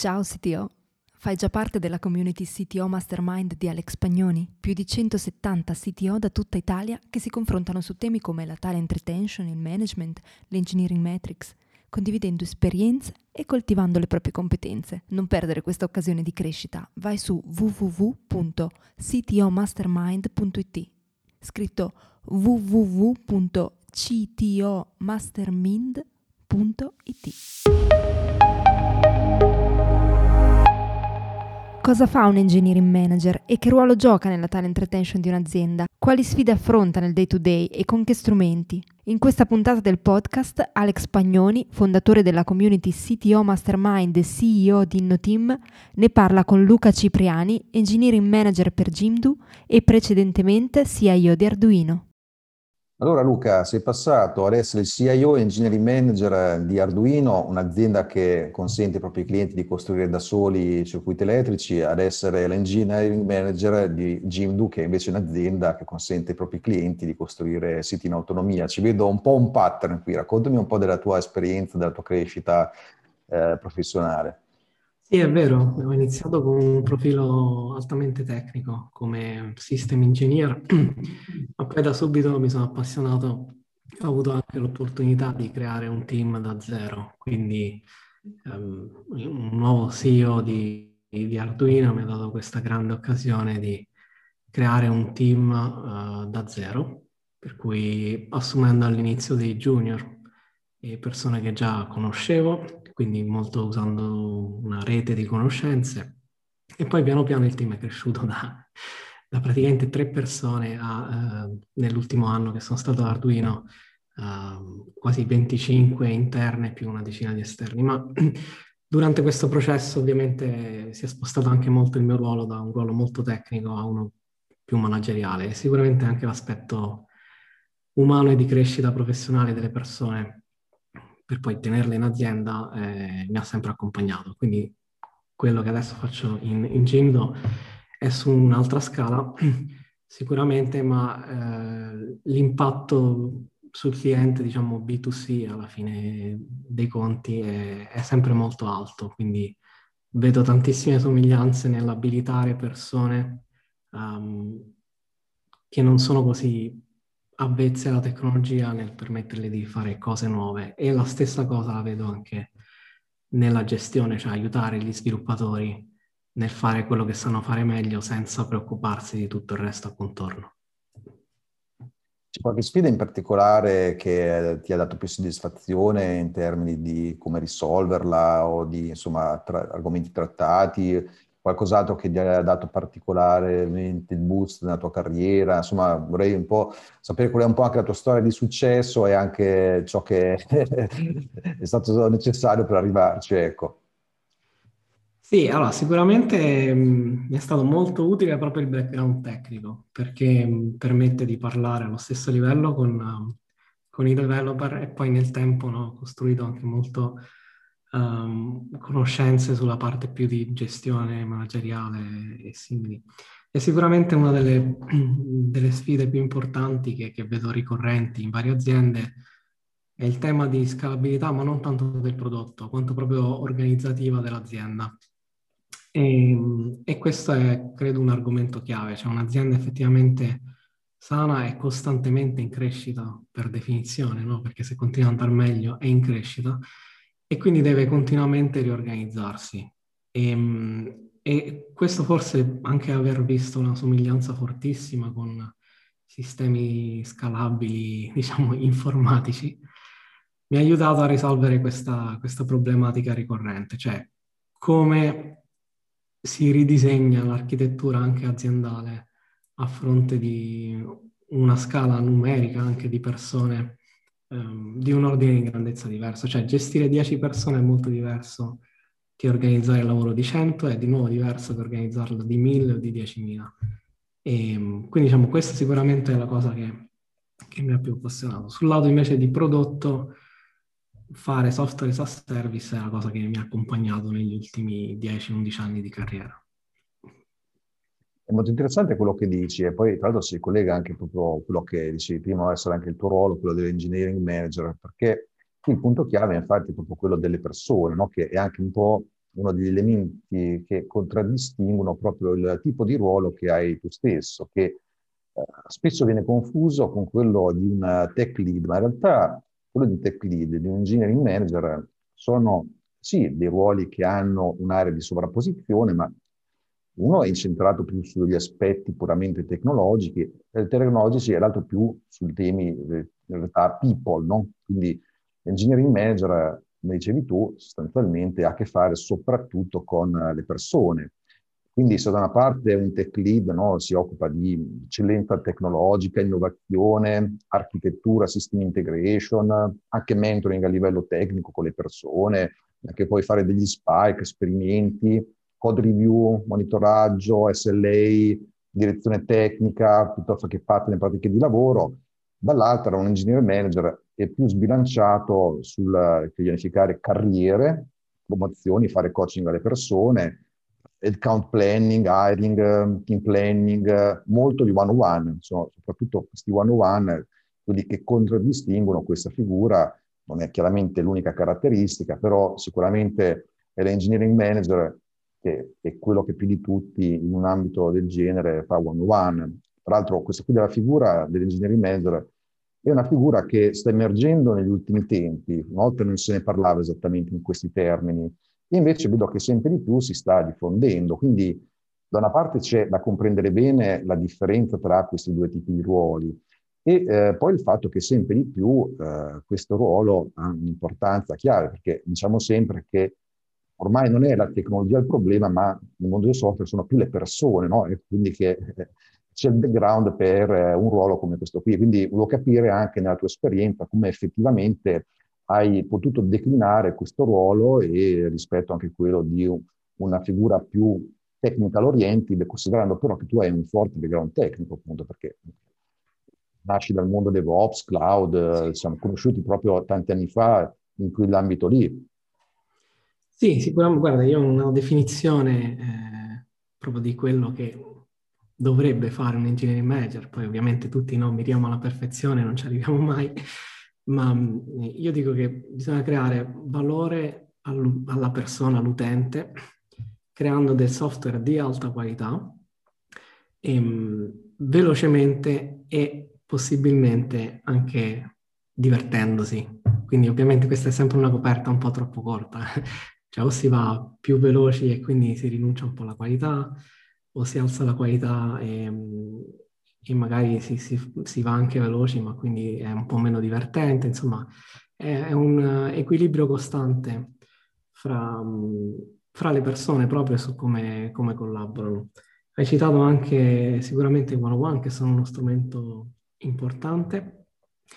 Ciao CTO, fai già parte della community CTO Mastermind di Alex Pagnoni? Più di 170 CTO da tutta Italia che si confrontano su temi come la talent retention, il management, l'engineering metrics, condividendo esperienze e coltivando le proprie competenze. Non perdere questa occasione di crescita. Vai su www.ctomastermind.it, scritto www.ctomastermind.it. Cosa fa un engineering manager e che ruolo gioca nella talent retention di un'azienda? Quali sfide affronta nel day to day e con che strumenti? In questa puntata del podcast, Alex Pagnoni, fondatore della community CTO Mastermind e CEO di InnoTeam, ne parla con Luca Cipriani, engineering manager per Jimdo e precedentemente CIO di Arduino. Allora Luca, sei passato ad essere il CIO Engineering Manager di Arduino, un'azienda che consente ai propri clienti di costruire da soli i circuiti elettrici, ad essere l'Engineering Manager di Jimdo, che è invece un'azienda che consente ai propri clienti di costruire siti in autonomia. Ci vedo un po' un pattern qui, raccontami un po' della tua esperienza, della tua crescita professionale. Sì, è vero, ho iniziato con un profilo altamente tecnico come system engineer, ma poi da subito mi sono appassionato, ho avuto anche l'opportunità di creare un team da zero, quindi un nuovo CEO di Arduino mi ha dato questa grande occasione di creare un team da zero, per cui assumendo all'inizio dei junior e persone che già conoscevo, quindi molto usando una rete di conoscenze. E poi piano piano il team è cresciuto da praticamente 3 persone nell'ultimo anno che sono stato ad Arduino, quasi 25 interne più una decina di esterni. Ma durante questo processo ovviamente si è spostato anche molto il mio ruolo da un ruolo molto tecnico a uno più manageriale, e sicuramente anche l'aspetto umano e di crescita professionale delle persone per poi tenerle in azienda mi ha sempre accompagnato. Quindi quello che adesso faccio in Jimdo è su un'altra scala sicuramente, ma l'impatto sul cliente, diciamo B2C, alla fine dei conti è sempre molto alto, quindi vedo tantissime somiglianze nell'abilitare persone che non sono così avvezze alla tecnologia nel permetterle di fare cose nuove, e la stessa cosa la vedo anche nella gestione, cioè aiutare gli sviluppatori nel fare quello che sanno fare meglio senza preoccuparsi di tutto il resto a contorno. C'è qualche sfida in particolare che ti ha dato più soddisfazione in termini di come risolverla o di insomma argomenti trattati, qualcos'altro che ti ha dato particolarmente il boost nella tua carriera? Insomma, vorrei un po' sapere qual è un po' anche la tua storia di successo e anche ciò che è stato necessario per arrivarci, ecco. Sì, allora sicuramente mi è stato molto utile proprio il background tecnico, perché permette di parlare allo stesso livello con i developer, e poi nel tempo ho costruito anche molto conoscenze sulla parte più di gestione manageriale e simili. È sicuramente una delle sfide più importanti che vedo ricorrenti in varie aziende è il tema di scalabilità, ma non tanto del prodotto, quanto proprio organizzativa dell'azienda. E questo è, credo, un argomento chiave. Cioè un'azienda effettivamente sana è costantemente in crescita per definizione, no? Perché se continua ad andare meglio è in crescita e quindi deve continuamente riorganizzarsi. E questo forse anche aver visto una somiglianza fortissima con sistemi scalabili, diciamo, informatici, mi ha aiutato a risolvere questa problematica ricorrente, cioè come si ridisegna l'architettura anche aziendale a fronte di una scala numerica anche di persone di un ordine di grandezza diverso. Cioè gestire 10 persone è molto diverso che organizzare il lavoro di 100, è di nuovo diverso che organizzarlo di 1000 o di 10.000. Quindi diciamo questa sicuramente è la cosa che mi ha più appassionato. Sul lato invece di prodotto, fare software as a service è la cosa che mi ha accompagnato negli ultimi 10-11 anni di carriera. È molto interessante quello che dici, e poi tra l'altro si collega anche proprio a quello che dicevi prima, essere anche il tuo ruolo, quello dell'engineering manager, perché qui il punto chiave è infatti proprio quello delle persone, no? Che è anche un po' uno degli elementi che contraddistinguono proprio il tipo di ruolo che hai tu stesso, che spesso viene confuso con quello di un tech lead, ma in realtà quello di tech lead, di un engineering manager, sono sì dei ruoli che hanno un'area di sovrapposizione, ma uno è incentrato più sugli aspetti puramente tecnologici e l'altro più sui temi, in realtà, people, no? Quindi l'engineering manager, come dicevi tu, sostanzialmente ha a che fare soprattutto con le persone. Quindi se da una parte un tech lead, no, si occupa di eccellenza tecnologica, innovazione, architettura, system integration, anche mentoring a livello tecnico con le persone, anche poi fare degli spike, esperimenti, code review, monitoraggio, SLA, direzione tecnica, piuttosto che fatte le pratiche di lavoro. Dall'altra un engineer manager è più sbilanciato sul pianificare carriere, promozioni, fare coaching alle persone, headcount planning, hiring, team planning, molto di one-on-one, soprattutto questi one-on-one, quelli che contraddistinguono questa figura, non è chiaramente l'unica caratteristica, però sicuramente è l'engineering manager che è quello che più di tutti in un ambito del genere fa one-on-one. Tra l'altro questa qui della figura dell'engineering manager è una figura che sta emergendo negli ultimi tempi, una volta non se ne parlava esattamente in questi termini, e invece vedo che sempre di più si sta diffondendo. Quindi da una parte c'è da comprendere bene la differenza tra questi due tipi di ruoli e poi il fatto che sempre di più questo ruolo ha un'importanza chiave, perché diciamo sempre che ormai non è la tecnologia il problema, ma nel mondo del software sono più le persone, no? E quindi che c'è il background per un ruolo come questo qui. Quindi volevo capire anche nella tua esperienza come effettivamente hai potuto declinare questo ruolo e rispetto anche a quello di una figura più technical oriented, considerando però che tu hai un forte background tecnico, appunto, perché nasci dal mondo DevOps, cloud, siamo conosciuti proprio tanti anni fa in quell'ambito lì. Sì, sicuramente, guarda, io ho una definizione proprio di quello che dovrebbe fare un engineering manager, poi ovviamente tutti noi miriamo alla perfezione, non ci arriviamo mai, ma io dico che bisogna creare valore alla persona, all'utente, creando del software di alta qualità, velocemente e possibilmente anche divertendosi. Quindi ovviamente questa è sempre una coperta un po' troppo corta. Cioè o si va più veloci e quindi si rinuncia un po' alla qualità, o si alza la qualità e magari si va anche veloci, ma quindi è un po' meno divertente. Insomma, è un equilibrio costante fra le persone proprio su come collaborano. Hai citato anche sicuramente i one-on-one, che sono uno strumento importante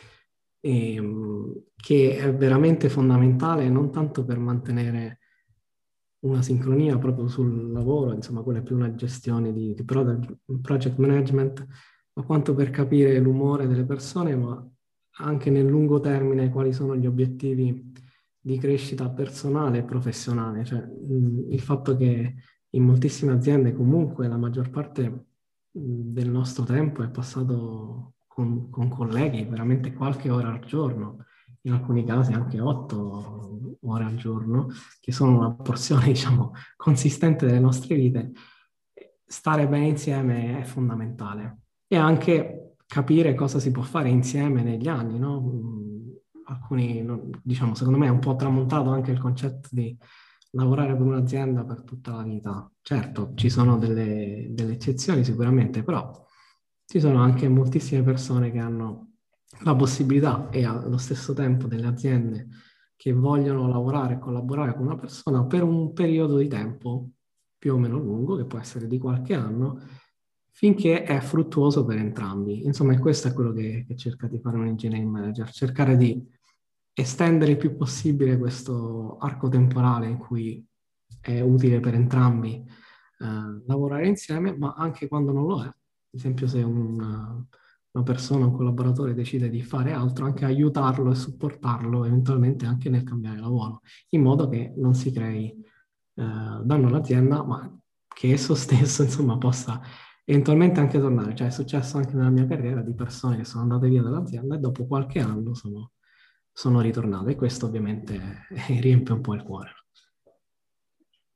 che è veramente fondamentale non tanto per mantenere una sincronia proprio sul lavoro, insomma, quella è più una gestione di project management, ma quanto per capire l'umore delle persone, ma anche nel lungo termine quali sono gli obiettivi di crescita personale e professionale. Cioè, il fatto che in moltissime aziende comunque la maggior parte del nostro tempo è passato con colleghi, veramente qualche ora al giorno, in alcuni casi anche 8 ore al giorno, che sono una porzione, diciamo, consistente delle nostre vite. Stare bene insieme è fondamentale e anche capire cosa si può fare insieme negli anni, no? Alcuni, diciamo, secondo me è un po' tramontato anche il concetto di lavorare per un'azienda per tutta la vita. Certo, ci sono delle eccezioni sicuramente, però ci sono anche moltissime persone che hanno la possibilità e allo stesso tempo delle aziende che vogliono lavorare e collaborare con una persona per un periodo di tempo più o meno lungo, che può essere di qualche anno, finché è fruttuoso per entrambi. Insomma, e questo è quello che cerca di fare un engineering manager, cercare di estendere il più possibile questo arco temporale in cui è utile per entrambi lavorare insieme, ma anche quando non lo è. Ad esempio, se una persona, un collaboratore decide di fare altro, anche aiutarlo e supportarlo eventualmente anche nel cambiare lavoro, in modo che non si crei danno all'azienda, ma che esso stesso, insomma, possa eventualmente anche tornare. Cioè è successo anche nella mia carriera di persone che sono andate via dall'azienda e dopo qualche anno sono ritornate e questo ovviamente riempie un po' il cuore.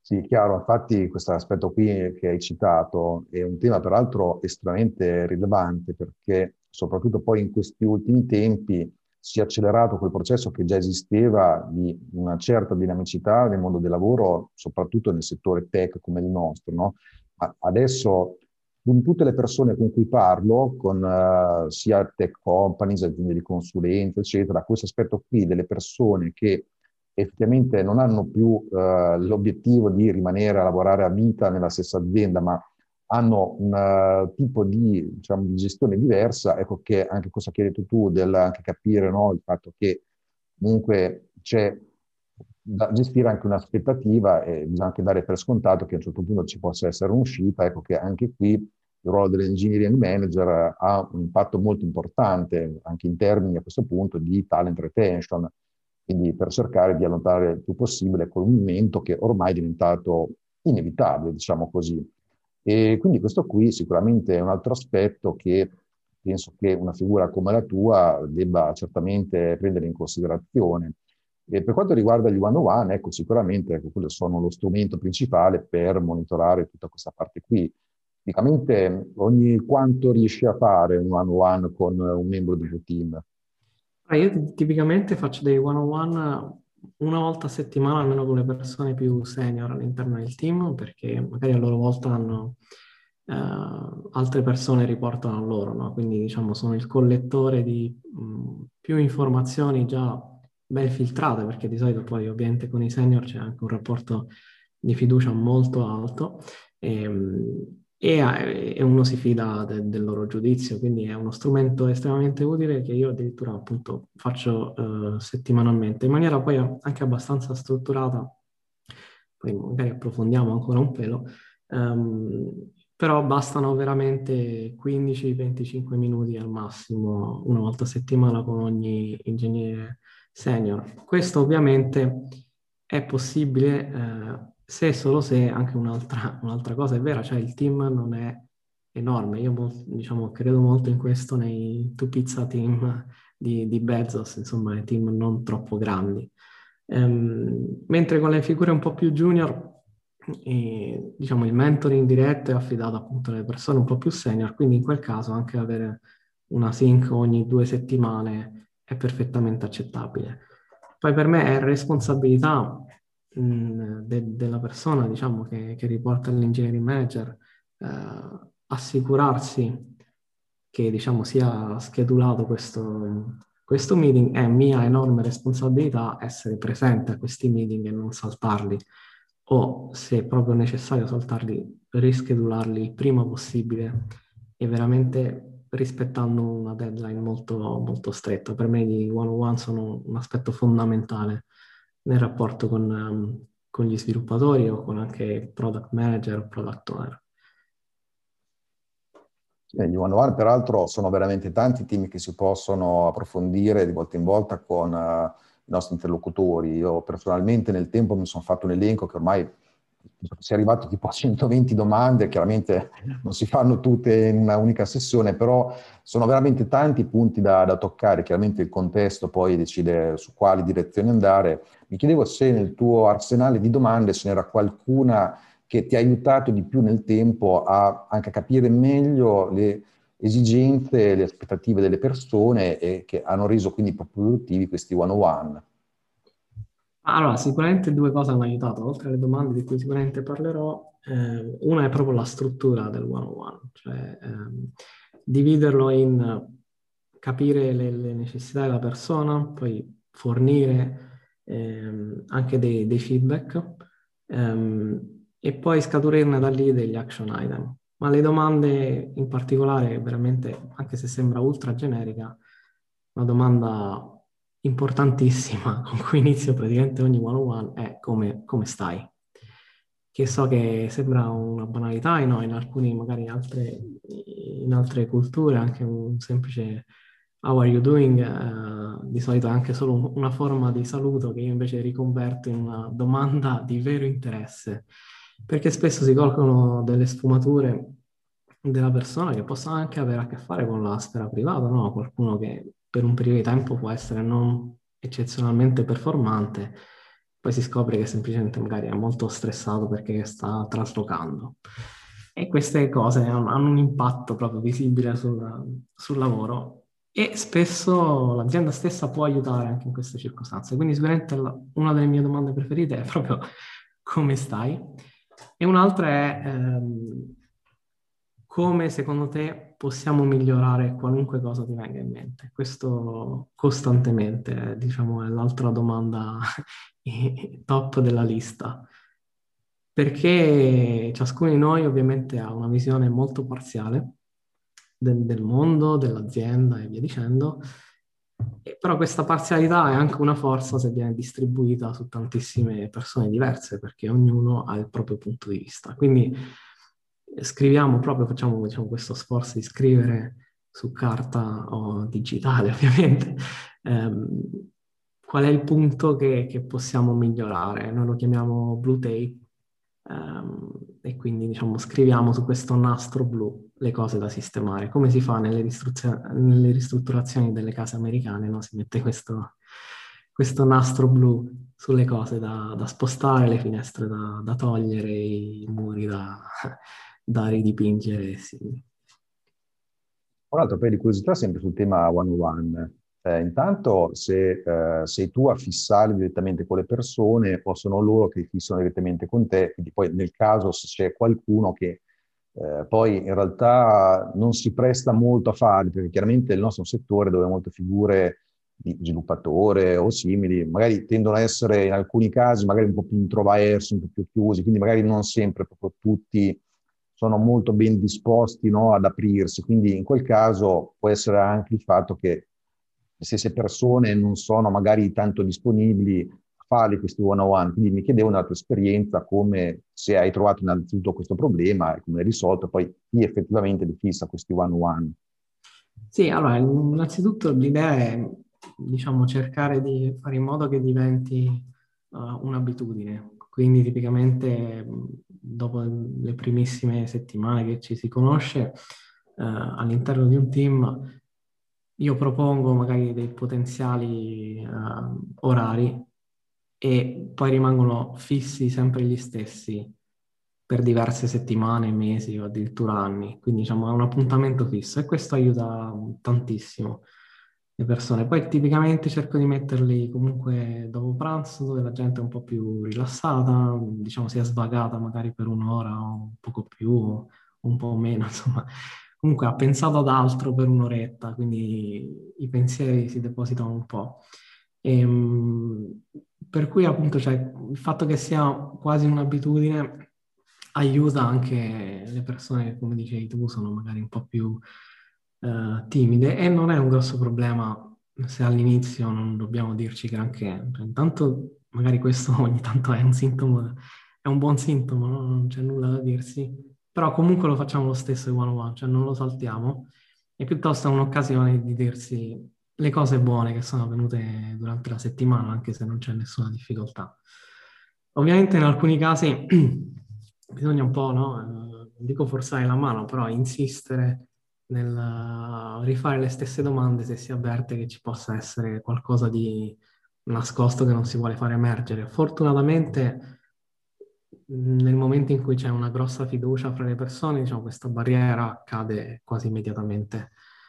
Sì, chiaro, infatti questo aspetto qui che hai citato è un tema peraltro estremamente rilevante perché soprattutto poi in questi ultimi tempi si è accelerato quel processo che già esisteva di una certa dinamicità nel mondo del lavoro, soprattutto nel settore tech come il nostro, no? Adesso con tutte le persone con cui parlo, con sia tech companies, aziende di consulenza, eccetera, questo aspetto qui delle persone che effettivamente non hanno più l'obiettivo di rimanere a lavorare a vita nella stessa azienda, ma hanno un tipo di, diciamo, di gestione diversa, ecco che anche cosa che hai detto tu, del anche capire, no, il fatto che comunque c'è da gestire anche un'aspettativa e bisogna anche dare per scontato che a un certo punto ci possa essere un'uscita, ecco che anche qui il ruolo dell'engineering manager ha un impatto molto importante anche in termini a questo punto di talent retention, quindi per cercare di allontanare il più possibile quel movimento che ormai è diventato inevitabile, diciamo così. E quindi questo qui sicuramente è un altro aspetto che penso che una figura come la tua debba certamente prendere in considerazione. E per quanto riguarda gli one-on-one, ecco, sicuramente ecco, quello sono lo strumento principale per monitorare tutta questa parte qui. Tipicamente ogni quanto riesci a fare un one-on-one con un membro del tuo team? Io tipicamente faccio dei one-on-one una volta a settimana, almeno con le persone più senior all'interno del team, perché magari a loro volta hanno altre persone riportano a loro, no? Quindi diciamo sono il collettore di più informazioni già ben filtrate, perché di solito poi ovviamente con i senior c'è anche un rapporto di fiducia molto alto. E uno si fida del loro giudizio, quindi è uno strumento estremamente utile che io addirittura appunto faccio settimanalmente in maniera poi anche abbastanza strutturata, poi magari approfondiamo ancora un pelo, però bastano veramente 15-25 minuti al massimo una volta a settimana con ogni ingegnere senior. Questo ovviamente è possibile se e solo se anche un'altra cosa è vera, cioè il team non è enorme. Io diciamo, credo molto in questo nei two pizza team di Bezos, insomma, i team non troppo grandi. Mentre con le figure un po' più junior, diciamo, il mentoring diretto è affidato appunto alle persone un po' più senior, quindi in quel caso anche avere una sync ogni 2 settimane è perfettamente accettabile. Poi per me è responsabilità della persona, diciamo, che riporta l'engineering manager, assicurarsi che, diciamo, sia schedulato questo meeting. È mia enorme responsabilità essere presente a questi meeting e non saltarli, o se è proprio necessario saltarli, rischedularli il prima possibile e veramente rispettando una deadline molto, molto stretta. Per me i one-on-one sono un aspetto fondamentale nel rapporto con gli sviluppatori o con anche product manager o product owner. Gli one-on-one, peraltro, sono veramente tanti i team che si possono approfondire di volta in volta con i nostri interlocutori. Io personalmente nel tempo mi sono fatto un elenco che ormai si è arrivato tipo a 120 domande, chiaramente non si fanno tutte in una unica sessione, però sono veramente tanti punti da toccare. Chiaramente il contesto poi decide su quali direzioni andare. Mi chiedevo se nel tuo arsenale di domande ce n'era qualcuna che ti ha aiutato di più nel tempo anche a capire meglio le esigenze, le aspettative delle persone e che hanno reso quindi più produttivi questi one-on-one. Allora, sicuramente 2 cose hanno aiutato, oltre alle domande di cui sicuramente parlerò. Una è proprio la struttura del one-on-one, cioè dividerlo in capire le necessità della persona, poi fornire anche dei feedback e poi scaturire da lì degli action item. Ma le domande in particolare, veramente, anche se sembra ultra generica, una domanda importantissima con cui inizio praticamente ogni one-on-one è come stai? Che so che sembra una banalità, e no, in alcuni, magari in altre culture, anche un semplice how are you doing, di solito è anche solo una forma di saluto che io invece riconverto in una domanda di vero interesse, perché spesso si colgono delle sfumature della persona che possono anche avere a che fare con la sfera privata, no? Qualcuno che per un periodo di tempo può essere non eccezionalmente performante poi si scopre che semplicemente magari è molto stressato perché sta traslocando. E queste cose hanno un impatto proprio visibile sul lavoro e spesso l'azienda stessa può aiutare anche in queste circostanze. Quindi sicuramente una delle mie domande preferite è proprio come stai? E un'altra è come secondo te possiamo migliorare qualunque cosa ti venga in mente? Questo costantemente, diciamo, è l'altra domanda top della lista, perché ciascuno di noi ovviamente ha una visione molto parziale del mondo, dell'azienda e via dicendo, però questa parzialità è anche una forza se viene distribuita su tantissime persone diverse, perché ognuno ha il proprio punto di vista. Quindi scriviamo proprio, facciamo diciamo, questo sforzo di scrivere su carta o digitale, ovviamente, ehm, qual è il punto che possiamo migliorare. Noi lo chiamiamo blue tape, e quindi diciamo scriviamo su questo nastro blu le cose da sistemare. Come si fa nelle ristrutturazioni delle case americane, no? Si mette questo nastro blu sulle cose da spostare, le finestre da togliere, i muri da ridipingere. Sì. Un altro paio di curiosità sempre sul tema one-on-one. Intanto, se sei tu a fissare direttamente con le persone o sono loro che fissano direttamente con te, quindi poi nel caso se c'è qualcuno che poi in realtà non si presta molto a fare, perché chiaramente il nostro settore dove molte figure di sviluppatore o simili, magari tendono a essere in alcuni casi magari un po' più introversi, un po' più chiusi, quindi magari non sempre proprio tutti sono molto ben disposti, no, ad aprirsi. Quindi in quel caso può essere anche il fatto che le stesse persone non sono magari tanto disponibili a fare questi one-on-one. Quindi mi chiedevo nella tua esperienza come se hai trovato innanzitutto questo problema e come l'hai risolto, poi chi effettivamente li fissa questi one-on-one. Sì, allora, innanzitutto l'idea è, diciamo, cercare di fare in modo che diventi un'abitudine. Quindi tipicamente dopo le primissime settimane che ci si conosce, all'interno di un team, io propongo magari dei potenziali orari e poi rimangono fissi sempre gli stessi per diverse settimane, mesi o addirittura anni. Quindi diciamo è un appuntamento fisso e questo aiuta tantissimo le persone. Poi tipicamente cerco di metterli comunque dopo pranzo, dove la gente è un po' più rilassata, diciamo si è svagata magari per un'ora o un poco più o un po' meno, insomma. Comunque ha pensato ad altro per un'oretta, quindi i pensieri si depositano un po'. Per cui appunto cioè, il fatto che sia quasi un'abitudine aiuta anche le persone che, come dicevi tu, sono magari un po' più timide e non è un grosso problema se all'inizio non dobbiamo dirci granché. Cioè, intanto magari questo ogni tanto è un sintomo, è un buon sintomo, no? Non c'è nulla da dirsi, però comunque lo facciamo lo stesso in one-on-one, cioè non lo saltiamo, e piuttosto è un'occasione di dirsi le cose buone che sono avvenute durante la settimana, anche se non c'è nessuna difficoltà. Ovviamente in alcuni casi bisogna un po', no? Non dico forzare la mano, però insistere nel rifare le stesse domande se si avverte che ci possa essere qualcosa di nascosto che non si vuole fare emergere. Fortunatamente, nel momento in cui c'è una grossa fiducia fra le persone, diciamo, questa barriera cade quasi immediatamente.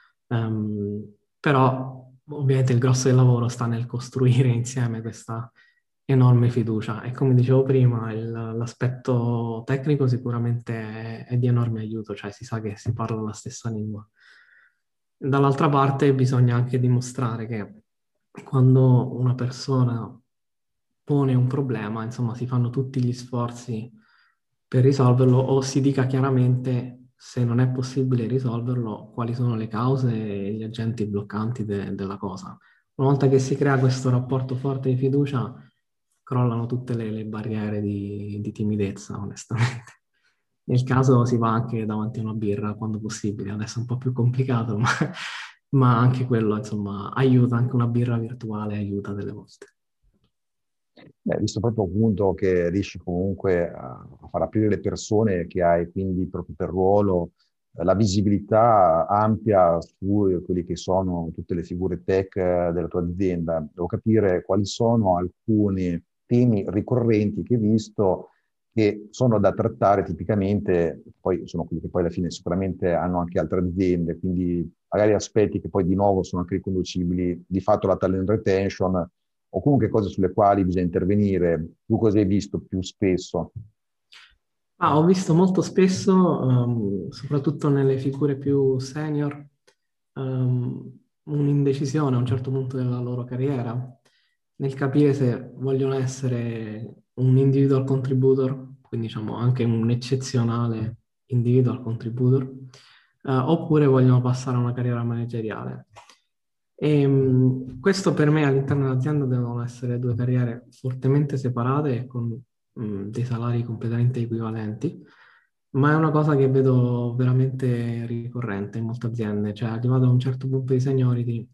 Però ovviamente il grosso del lavoro sta nel costruire insieme questa enorme fiducia e come dicevo prima l'aspetto tecnico sicuramente è di enorme aiuto, cioè si sa che si parla la stessa lingua. Dall'altra parte bisogna anche dimostrare che quando una persona pone un problema, insomma, si fanno tutti gli sforzi per risolverlo o si dica chiaramente se non è possibile risolverlo, quali sono le cause e gli agenti bloccanti della cosa. Una volta che si crea questo rapporto forte di fiducia, crollano tutte le barriere di timidezza, onestamente. Nel caso si va anche davanti a una birra quando possibile, adesso è un po' più complicato, ma anche quello, insomma, aiuta, anche una birra virtuale aiuta delle volte. Visto proprio appunto che riesci comunque a far aprire le persone, che hai quindi proprio per ruolo la visibilità ampia su quelli che sono tutte le figure tech della tua azienda, devo capire quali sono alcuni temi ricorrenti che hai visto che sono da trattare tipicamente, poi sono quelli che poi alla fine sicuramente hanno anche altre aziende, quindi magari aspetti che poi di nuovo sono anche riconducibili di fatto alla talent retention o comunque cose sulle quali bisogna intervenire. Tu cosa hai visto più spesso? Ho visto molto spesso, soprattutto nelle figure più senior, un'indecisione a un certo punto della loro carriera nel capire se vogliono essere un individual contributor, quindi diciamo anche un eccezionale individual contributor, oppure vogliono passare a una carriera manageriale. Questo per me all'interno dell'azienda devono essere due carriere fortemente separate e con dei salari completamente equivalenti, ma è una cosa che vedo veramente ricorrente in molte aziende, cioè arrivato a un certo punto di seniority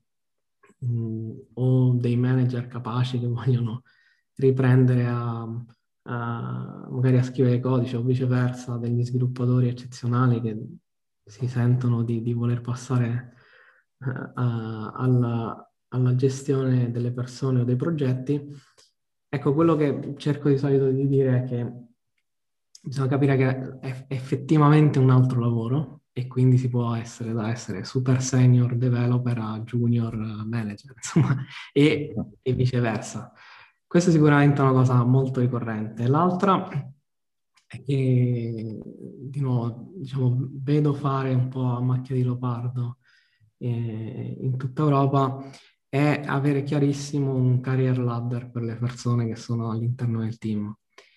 o dei manager capaci che vogliono riprendere magari a scrivere codice o viceversa, degli sviluppatori eccezionali che si sentono di voler passare alla gestione delle persone o dei progetti. Ecco, quello che cerco di solito di dire è che bisogna capire che è effettivamente un altro lavoro e quindi si può essere da essere super senior developer a junior manager, insomma, e viceversa. Questa è sicuramente una cosa molto ricorrente. L'altra è che, di nuovo, diciamo, vedo fare un po' a macchia di leopardo in tutta Europa è avere chiarissimo un career ladder per le persone che sono all'interno del team.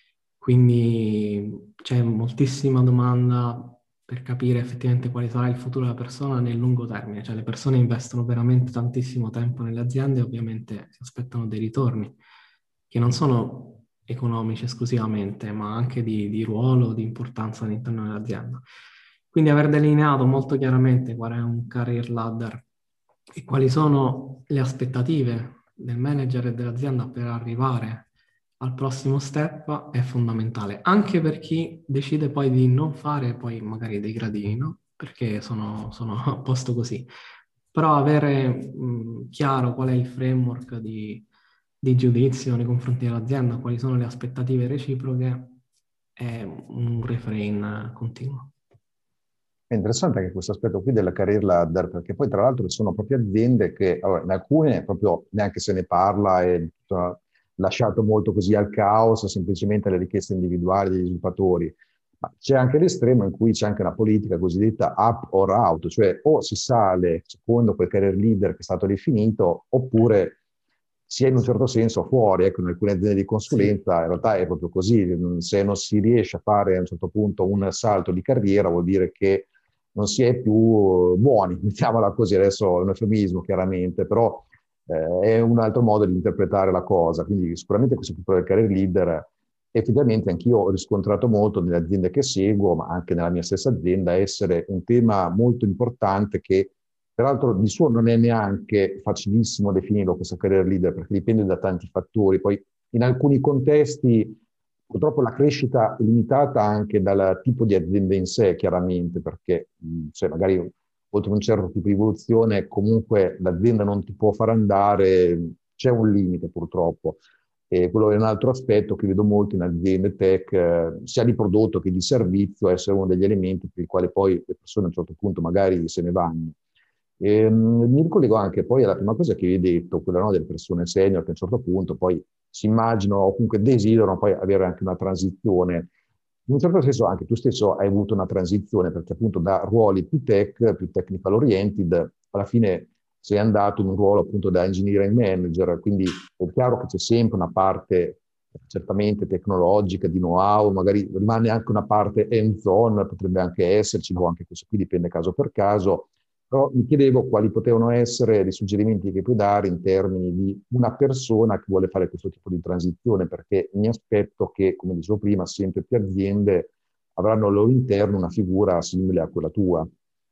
Quindi c'è moltissima domanda per capire effettivamente quale sarà il futuro della persona nel lungo termine, cioè le persone investono veramente tantissimo tempo nelle aziende e ovviamente si aspettano dei ritorni che non sono economici esclusivamente, ma anche di ruolo, di importanza all'interno dell'azienda. Quindi aver delineato molto chiaramente qual è un career ladder e quali sono le aspettative del manager e dell'azienda per arrivare al prossimo step è fondamentale, anche per chi decide poi di non fare poi magari dei gradini, no? Perché sono a posto così. Però avere chiaro qual è il framework di giudizio nei confronti dell'azienda, quali sono le aspettative reciproche, è un refrain continuo. È interessante anche questo aspetto qui della career ladder, perché poi tra l'altro ci sono proprio aziende che, allora, in alcune proprio neanche se ne parla, è tutto lasciato molto così al caos, semplicemente alle richieste individuali degli sviluppatori. Ma c'è anche l'estremo in cui c'è anche una politica cosiddetta up or out, cioè o si sale secondo quel career leader che è stato definito, oppure si è in un certo senso fuori. Ecco, in alcune aziende di Sì. consulenza in realtà è proprio così. Se non si riesce a fare a un certo punto un salto di carriera, vuol dire che non si è più buoni, mettiamola così, adesso è un eufemismo chiaramente, però è un altro modo di interpretare la cosa, quindi sicuramente questo tipo di career leader, effettivamente anch'io ho riscontrato molto nelle aziende che seguo, ma anche nella mia stessa azienda, essere un tema molto importante che peraltro di suo non è neanche facilissimo definirlo questo career leader, perché dipende da tanti fattori, poi in alcuni contesti purtroppo la crescita è limitata anche dal tipo di azienda in sé, chiaramente, perché se magari oltre un certo tipo di evoluzione, comunque l'azienda non ti può far andare, c'è un limite purtroppo. E quello è un altro aspetto che vedo molto in aziende tech, sia di prodotto che di servizio, essere uno degli elementi per i quali poi le persone a un certo punto magari se ne vanno. Mi ricollego anche poi alla prima cosa che vi hai detto, quella no, delle persone senior che a un certo punto poi si immaginano o comunque desiderano poi avere anche una transizione. In un certo senso anche tu stesso hai avuto una transizione perché appunto da ruoli più tech, più technical oriented, alla fine sei andato in un ruolo appunto da engineering manager, quindi è chiaro che c'è sempre una parte certamente tecnologica, di know-how, magari rimane anche una parte hands-on, potrebbe anche esserci, o anche questo qui dipende caso per caso, però mi chiedevo quali potevano essere dei suggerimenti che puoi dare in termini di una persona che vuole fare questo tipo di transizione, perché mi aspetto che, come dicevo prima, sempre più aziende avranno al loro interno una figura simile a quella tua.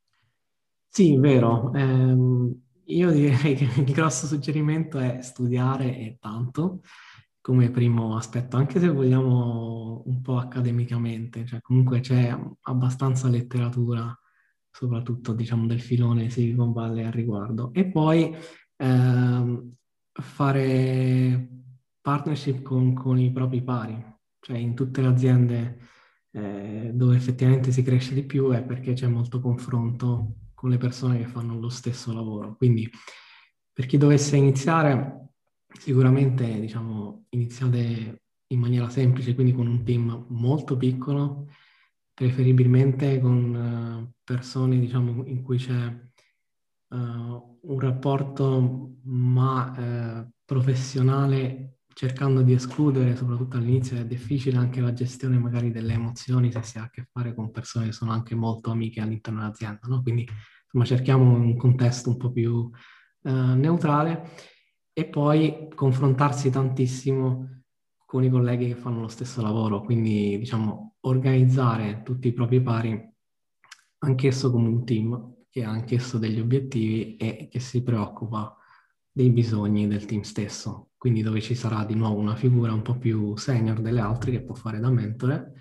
Sì, vero. Io direi che il grosso suggerimento è studiare e tanto come primo aspetto, anche se vogliamo un po' accademicamente, cioè comunque c'è abbastanza letteratura, soprattutto diciamo del filone Silicon Valley al riguardo. E poi fare partnership con i propri pari, cioè in tutte le aziende dove effettivamente si cresce di più è perché c'è molto confronto con le persone che fanno lo stesso lavoro. Quindi per chi dovesse iniziare, sicuramente diciamo iniziate in maniera semplice, quindi con un team molto piccolo, preferibilmente con persone diciamo in cui c'è un rapporto professionale, cercando di escludere, soprattutto all'inizio è difficile anche la gestione magari delle emozioni se si ha a che fare con persone che sono anche molto amiche all'interno dell'azienda, no? Quindi insomma cerchiamo un contesto un po' più neutrale e poi confrontarsi tantissimo con i colleghi che fanno lo stesso lavoro, quindi diciamo organizzare tutti i propri pari, anch'esso come un team che ha anch'esso degli obiettivi e che si preoccupa dei bisogni del team stesso, quindi dove ci sarà di nuovo una figura un po' più senior delle altre che può fare da mentore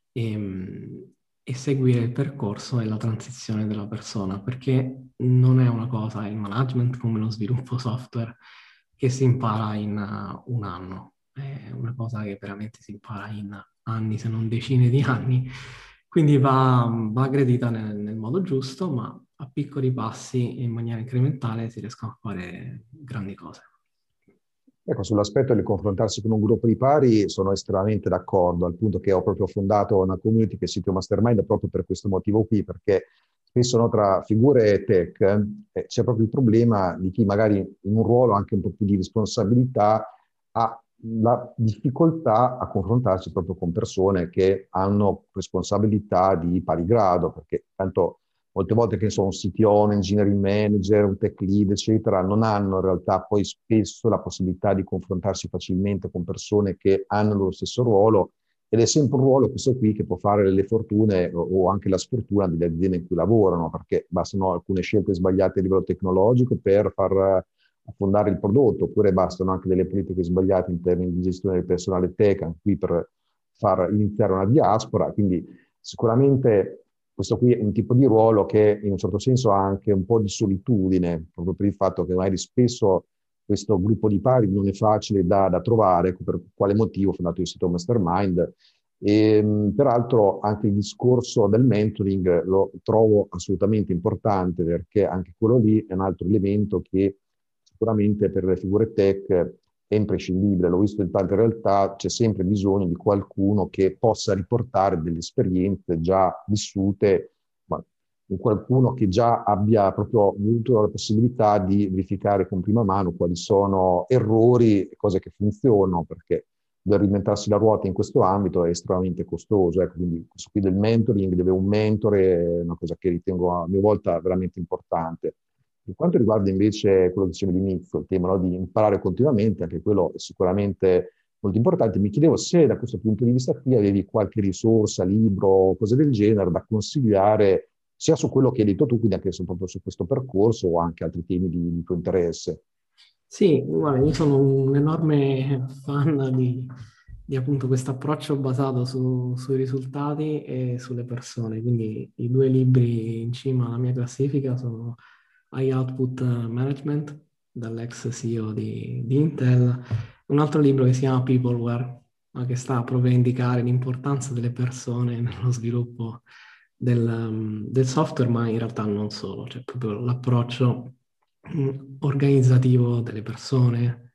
e seguire il percorso e la transizione della persona, perché non è una cosa, il management come lo sviluppo software, che si impara in un anno, è una cosa che veramente si impara in anni, se non decine di anni, quindi va aggredita nel modo giusto, ma a piccoli passi e in maniera incrementale si riescono a fare grandi cose. Ecco, sull'aspetto del confrontarsi con un gruppo di pari sono estremamente d'accordo, al punto che ho proprio fondato una community che si chiama Mastermind proprio per questo motivo qui, perché spesso no, tra figure e tech c'è proprio il problema di chi magari in un ruolo anche un po' più di responsabilità ha la difficoltà a confrontarsi proprio con persone che hanno responsabilità di pari grado, perché tanto molte volte che sono un CTO, un engineering manager, un tech lead, eccetera, non hanno in realtà poi spesso la possibilità di confrontarsi facilmente con persone che hanno lo stesso ruolo, ed è sempre un ruolo questo qui che può fare le fortune o anche la sfortuna delle aziende in cui lavorano, perché bastano alcune scelte sbagliate a livello tecnologico per far affondare il prodotto, oppure bastano anche delle politiche sbagliate in termini di gestione del personale tech, anche qui per far iniziare una diaspora. Quindi sicuramente questo qui è un tipo di ruolo che in un certo senso ha anche un po' di solitudine, proprio per il fatto che magari spesso questo gruppo di pari non è facile da trovare, per quale motivo ho fondato il sito Mastermind. E, peraltro anche il discorso del mentoring lo trovo assolutamente importante, perché anche quello lì è un altro elemento che sicuramente per le figure tech è imprescindibile. L'ho visto in tante realtà, c'è sempre bisogno di qualcuno che possa riportare delle esperienze già vissute, ma qualcuno che già abbia proprio avuto la possibilità di verificare con prima mano quali sono errori e cose che funzionano, perché dover reinventarsi la ruota in questo ambito è estremamente costoso. Ecco, quindi questo qui del mentoring, deve un mentore, è una cosa che ritengo a mia volta veramente importante. Per quanto riguarda invece quello che dicevo all'inizio, il tema, no, di imparare continuamente, anche quello è sicuramente molto importante. Mi chiedevo se da questo punto di vista qui avevi qualche risorsa, libro, cose del genere da consigliare, sia su quello che hai detto tu, quindi anche proprio su questo percorso o anche altri temi di tuo interesse. Sì, guarda, io sono un enorme fan di appunto questo approccio basato sui risultati e sulle persone. Quindi i due libri in cima alla mia classifica sono High Output Management, dall'ex CEO di Intel, un altro libro che si chiama Peopleware, che sta proprio a indicare l'importanza delle persone nello sviluppo del software, ma in realtà non solo, cioè proprio l'approccio organizzativo delle persone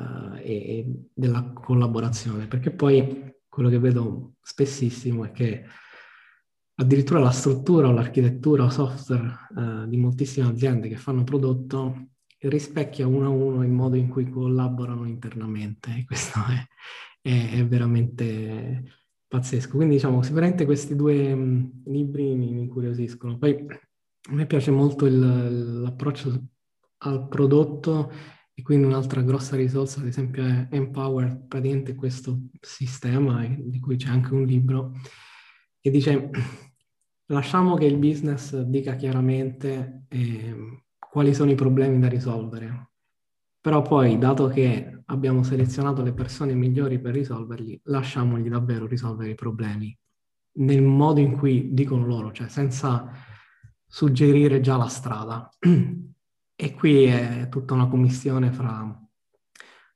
e della collaborazione, perché poi quello che vedo spessissimo è che addirittura la struttura o l'architettura o software di moltissime aziende che fanno prodotto rispecchia uno a uno il modo in cui collaborano internamente, e questo è veramente pazzesco. Quindi diciamo, sicuramente questi due libri mi incuriosiscono. Poi a me piace molto l'approccio al prodotto, e quindi un'altra grossa risorsa, ad esempio, è Empower, praticamente questo sistema di cui c'è anche un libro, che dice lasciamo che il business dica chiaramente quali sono i problemi da risolvere, però poi, dato che abbiamo selezionato le persone migliori per risolverli, lasciamogli davvero risolvere i problemi nel modo in cui dicono loro, cioè senza suggerire già la strada. E qui è tutta una commistione fra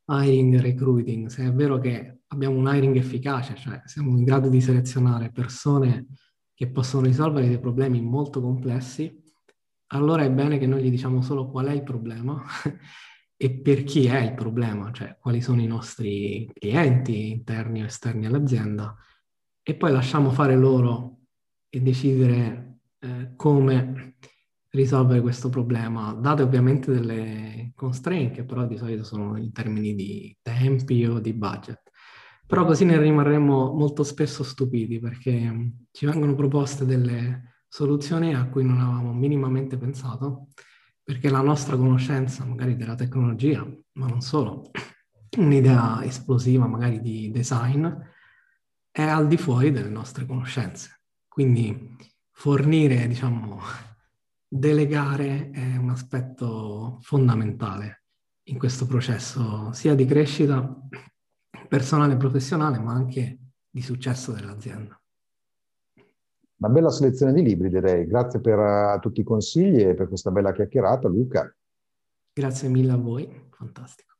hiring e recruiting, se è vero che abbiamo un hiring efficace, cioè siamo in grado di selezionare persone che possono risolvere dei problemi molto complessi, allora è bene che noi gli diciamo solo qual è il problema e per chi è il problema, cioè quali sono i nostri clienti interni o esterni all'azienda, e poi lasciamo fare loro e decidere come risolvere questo problema, date ovviamente delle constraint che però di solito sono in termini di tempi o di budget. Però così ne rimarremo molto spesso stupiti perché ci vengono proposte delle soluzioni a cui non avevamo minimamente pensato, perché la nostra conoscenza magari della tecnologia, ma non solo, un'idea esplosiva magari di design, è al di fuori delle nostre conoscenze. Quindi fornire, diciamo, delegare è un aspetto fondamentale in questo processo sia di crescita personale e professionale, ma anche di successo dell'azienda. Una bella selezione di libri, direi. Grazie per tutti i consigli e per questa bella chiacchierata, Luca. Grazie mille a voi, fantastico.